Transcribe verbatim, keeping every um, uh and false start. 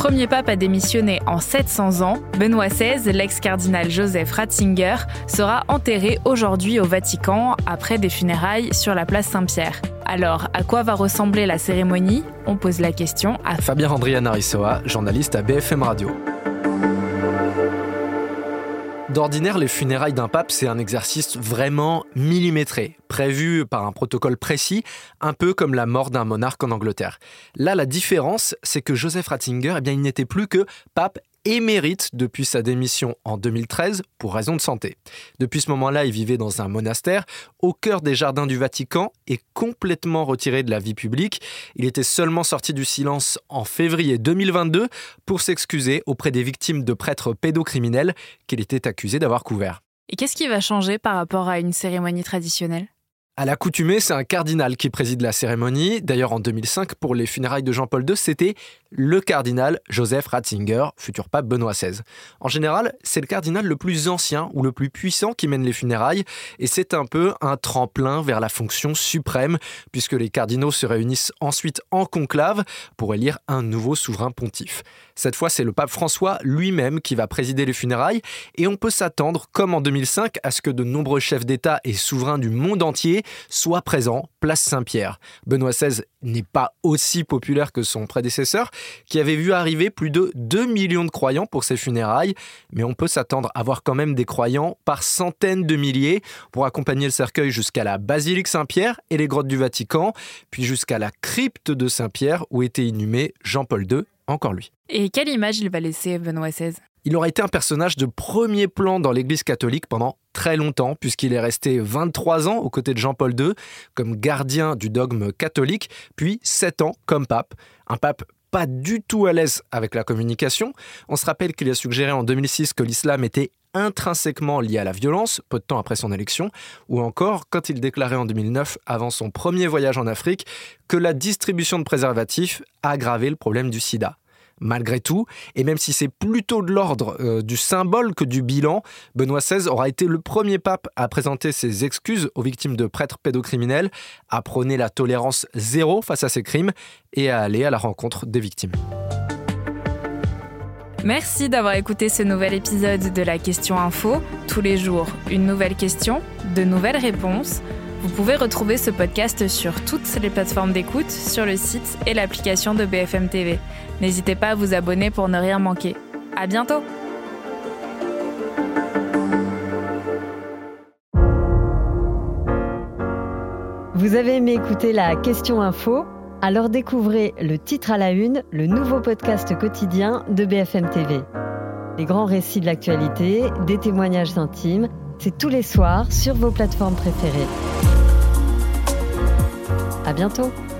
Premier pape à démissionner en sept cents ans, Benoît seize, l'ex-cardinal Joseph Ratzinger, sera enterré aujourd'hui au Vatican après des funérailles sur la place Saint-Pierre. Alors, à quoi va ressembler la cérémonie ? On pose la question à Fabien Randrianarisoa, journaliste à B F M Radio. D'ordinaire, les funérailles d'un pape, c'est un exercice vraiment millimétré, prévu par un protocole précis, un peu comme la mort d'un monarque en Angleterre. Là, la différence, c'est que Joseph Ratzinger, eh bien, il n'était plus que pape émérite depuis sa démission en deux mille treize pour raison de santé. Depuis ce moment-là, il vivait dans un monastère au cœur des jardins du Vatican et complètement retiré de la vie publique. Il était seulement sorti du silence en février deux mille vingt-deux pour s'excuser auprès des victimes de prêtres pédocriminels qu'il était accusé d'avoir couverts. Et qu'est-ce qui va changer par rapport à une cérémonie traditionnelle ? À l'accoutumée, c'est un cardinal qui préside la cérémonie. D'ailleurs, en deux mille cinq, pour les funérailles de Jean-Paul deux, c'était le cardinal Joseph Ratzinger, futur pape Benoît seize. En général, c'est le cardinal le plus ancien ou le plus puissant qui mène les funérailles, et c'est un peu un tremplin vers la fonction suprême, puisque les cardinaux se réunissent ensuite en conclave pour élire un nouveau souverain pontife. Cette fois, c'est le pape François lui-même qui va présider les funérailles, et on peut s'attendre, comme en deux mille cinq, à ce que de nombreux chefs d'État et souverains du monde entier soient présents, place Saint-Pierre. Benoît seize n'est pas aussi populaire que son prédécesseur, qui avait vu arriver plus de deux millions de croyants pour ses funérailles, mais on peut s'attendre à voir quand même des croyants par centaines de milliers pour accompagner le cercueil jusqu'à la basilique Saint-Pierre et les grottes du Vatican, puis jusqu'à la crypte de Saint-Pierre où était inhumé Jean-Paul deux, encore lui. Et quelle image il va laisser Benoît seize ? Il aura été un personnage de premier plan dans l'Église catholique pendant très longtemps, puisqu'il est resté vingt-trois ans aux côtés de Jean-Paul deux comme gardien du dogme catholique, puis sept ans comme pape. Un pape pas du tout à l'aise avec la communication. On se rappelle qu'il a suggéré en deux mille six que l'islam était intrinsèquement lié à la violence, peu de temps après son élection, ou encore quand il déclarait en deux mille neuf, avant son premier voyage en Afrique, que la distribution de préservatifs aggravait le problème du sida. Malgré tout, et même si c'est plutôt de l'ordre euh, du symbole que du bilan, Benoît seize aura été le premier pape à présenter ses excuses aux victimes de prêtres pédocriminels, à prôner la tolérance zéro face à ces crimes et à aller à la rencontre des victimes. Merci d'avoir écouté ce nouvel épisode de la Question Info. Tous les jours, une nouvelle question, de nouvelles réponses. Vous pouvez retrouver ce podcast sur toutes les plateformes d'écoute, sur le site et l'application de B F M T V. N'hésitez pas à vous abonner pour ne rien manquer. À bientôt! Vous avez aimé écouter la Question Info ? Alors découvrez le titre à la une, le nouveau podcast quotidien de B F M T V. Les grands récits de l'actualité, des témoignages intimes, c'est tous les soirs sur vos plateformes préférées. À bientôt!